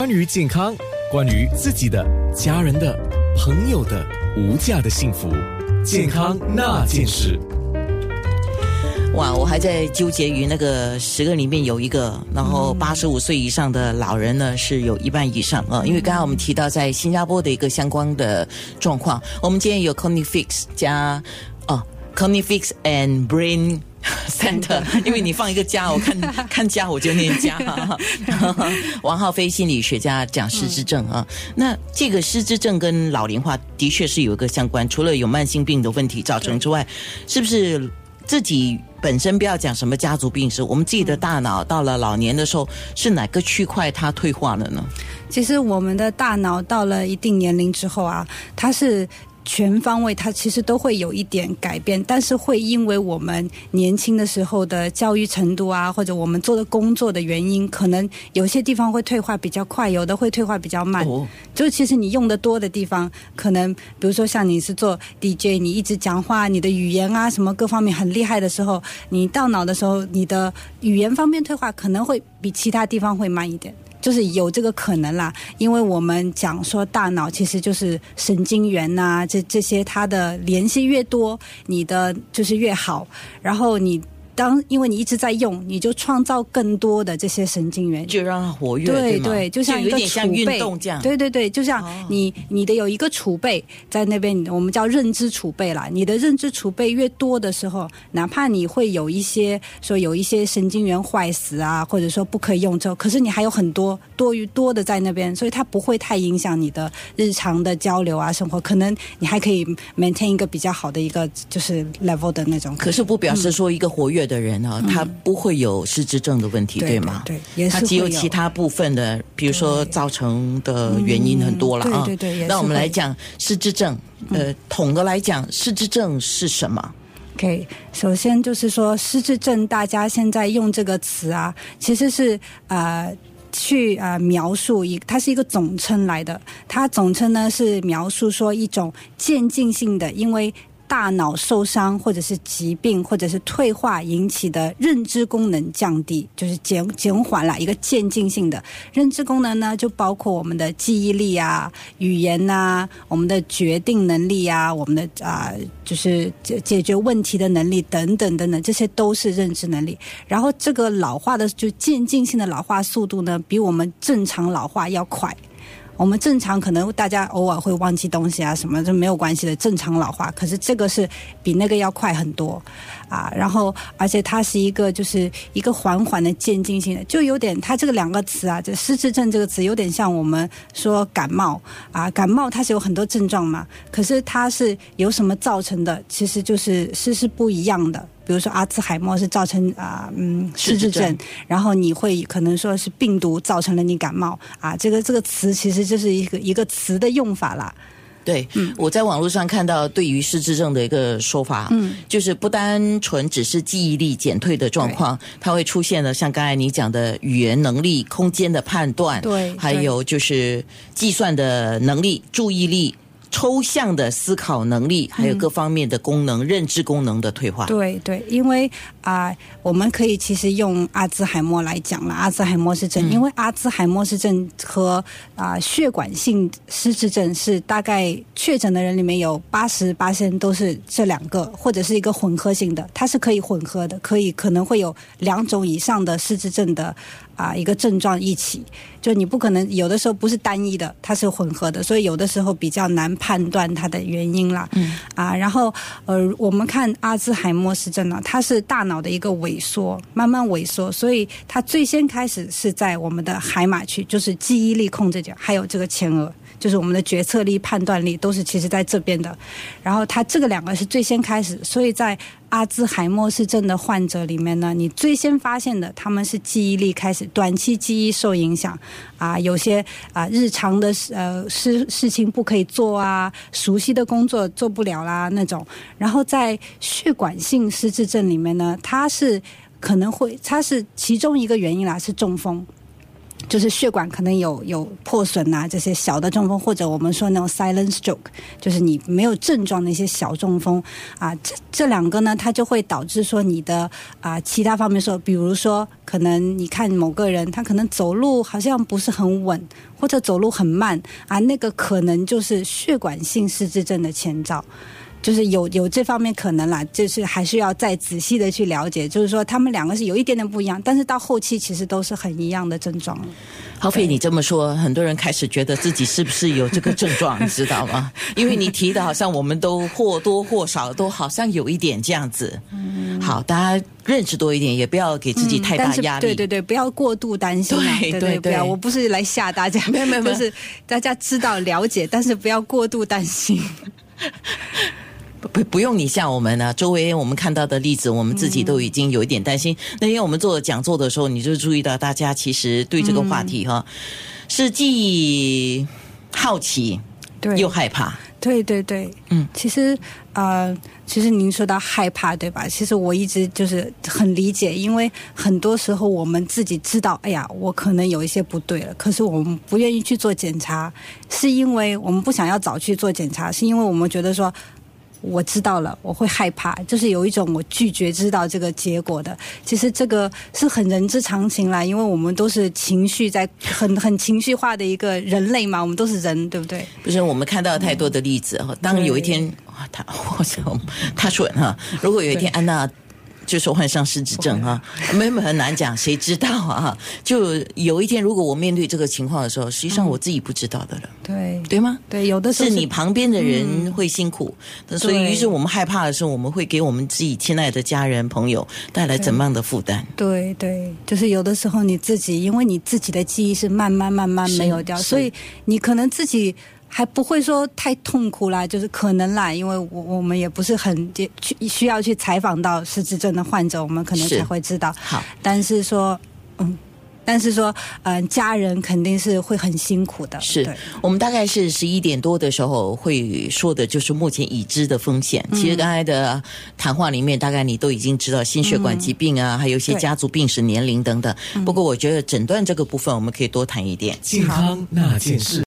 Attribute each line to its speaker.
Speaker 1: 关于健康，关于自己的、家人的、朋友的无价的幸福，健康那件事。
Speaker 2: 哇，我还在纠结于那个10个里面有一个，然后85岁以上的老人呢是有1半以上啊。因为刚刚我们提到在新加坡的一个相关的状况，我们今天有 Cognitifix 加Cognitifix and Brain Center， 因为你放一个加，我看加我就念加。王浩飞心理学家讲失智症啊，那这个失智症跟老龄化的确是有一个相关，除了有慢性病的问题造成之外，是不是自己本身不要讲什么家族病史，我们自己的大脑到了老年的时候是哪个区块它退化了呢？
Speaker 3: 其实我们的大脑到了一定年龄之后啊，它是全方位，它其实都会有一点改变，但是会因为我们年轻的时候的教育程度啊，或者我们做的工作的原因，可能有些地方会退化比较快，有的会退化比较慢。就是其实你用的多的地方，可能比如说像你是做 DJ， 你一直讲话，你的语言啊什么各方面很厉害的时候，你到脑的时候，你的语言方面退化可能会比其他地方会慢一点。就是有这个可能啦，因为我们讲说大脑其实就是神经元啊，这些它的联系越多，你的就是越好，然后因为你一直在用，你就创造更多的这些神经元，
Speaker 2: 就让它活跃，
Speaker 3: 对对，就像一个
Speaker 2: 有点像运动这样，
Speaker 3: 对对对，就像你的有一个储备在那边，我们叫认知储备啦。你的认知储备越多的时候，哪怕你会有一些神经元坏死啊，或者说不可以用之后，可是你还有很多多的在那边，所以它不会太影响你的日常的交流啊生活，可能你还可以 maintain 一个比较好的一个就是 level 的那种。
Speaker 2: 可是不表示说一个活跃的人啊，他不会有失智症的问题，对吗？
Speaker 3: 对，也是会有。
Speaker 2: 他只有其他部分的，比如说造成的原因很多了啊。
Speaker 3: 对对对。
Speaker 2: 那我们来讲失智症，统的来讲，失智症是什么
Speaker 3: ？OK， 首先就是说失智症，大家现在用这个词啊，其实是去描述它是一个总称来的。它总称呢是描述说一种渐进性的，因为大脑受伤或者是疾病或者是退化引起的认知功能降低，就是减缓了一个渐进性的认知功能呢，就包括我们的记忆力啊、语言啊、我们的决定能力啊、我们的就是解决问题的能力等等等等，这些都是认知能力。然后这个老化的就渐进性的老化速度呢，比我们正常老化要快。我们正常可能大家偶尔会忘记东西啊什么，这没有关系的，正常老化。可是这个是比那个要快很多啊。然后而且它是一个就是一个缓缓的渐进性的，就有点它这个两个词啊，这失智症这个词有点像我们说感冒啊，感冒它是有很多症状嘛，可是它是由什么造成的，其实就是是不一样的。比如说阿兹海默是造成失智症，然后你会可能说是病毒造成了你感冒啊，这个词其实就是一个词的用法啦。
Speaker 2: 对，我在网络上看到对于失智症的一个说法，就是不单纯只是记忆力减退的状况，它会出现了像刚才你讲的语言能力、空间的判断，对，还有就是计算的能力、注意力、抽象的思考能力，还有各方面的功能、认知功能的退化。对对，
Speaker 3: 因为我们可以其实用阿兹海默来讲了，阿兹海默氏症，因为阿兹海默氏症和血管性失智症是大概确诊的人里面有80%都是这两个，或者是一个混合性的，它是可以混合的，可能会有2种以上的失智症的一个症状一起，就你不可能有的时候不是单一的，它是混合的，所以有的时候比较难判断它的原因啦。然后我们看阿兹海默氏症呢，它是大脑的一个萎缩，慢慢萎缩，所以它最先开始是在我们的海马区，就是记忆力控制角，还有这个前额，就是我们的决策力、判断力都是其实在这边的。然后它这个两个是最先开始，所以在阿兹海默氏症的患者里面呢，你最先发现的他们是记忆力开始短期记忆受影响有些日常的事情不可以做啊，熟悉的工作做不了啦那种。然后在血管性失智症里面呢，它是其中一个原因啦，是中风。 就是血管可能有破损啊，这些小的中风，或者我们说那种 silent stroke， 就是你没有症状的一些小中风啊，这两个呢，它就会导致说你的其他方面说，比如说可能你看某个人他可能走路好像不是很稳，或者走路很慢啊，那个可能就是血管性失智症的前兆。就是有这方面可能啦，就是还是要再仔细的去了解，就是说他们两个是有一点点不一样，但是到后期其实都是很一样的症状。
Speaker 2: 浩飞，你这么说，很多人开始觉得自己是不是有这个症状，你知道吗？因为你提的好像我们都或多或少都好像有一点这样子。好，大家认识多一点，也不要给自己太大压力。
Speaker 3: 对，不要过度担心啊。对，不要。我不是来吓大家，没有，就是大家知道了解，但是不要过度担心。
Speaker 2: 不用你像我们啊，周围我们看到的例子，我们自己都已经有一点担心。那天我们做讲座的时候，你就注意到大家其实对这个话题是既好奇又害怕。
Speaker 3: 对，其实您说到害怕，对吧？其实我一直就是很理解，因为很多时候我们自己知道，哎呀，我可能有一些不对了，可是我们不愿意去做检查，是因为我们不想要早去做检查，是因为我们觉得说我知道了，我会害怕，就是有一种我拒绝知道这个结果的。其实这个是很人之常情啦，因为我们都是情绪在很情绪化的一个人类嘛，我们都是人，对不对？
Speaker 2: 不是，我们看到太多的例子当有一天他说如果有一天安娜就是患上失智症没有很难讲，谁知道啊？就有一天，如果我面对这个情况的时候，实际上我自己不知道的了，对吗？
Speaker 3: 对，有的时候
Speaker 2: 是你旁边的人会辛苦，所以于是我们害怕的时候，我们会给我们自己亲爱的家人朋友带来怎么样的负担？
Speaker 3: 对，就是有的时候你自己，因为你自己的记忆是慢慢没有掉，所以你可能自己还不会说太痛苦啦，就是可能啦，因为我们也不是很需要去采访到失智症的患者，我们可能才会知道。
Speaker 2: 好，
Speaker 3: 但是说家人肯定是会很辛苦的。
Speaker 2: 是我们大概是11点多的时候会说的，就是目前已知的风险。其实刚才的谈话里面，大概你都已经知道心血管疾病啊，还有一些家族病史、年龄等等。不过我觉得诊断这个部分，我们可以多谈一点。
Speaker 1: 健康那件事。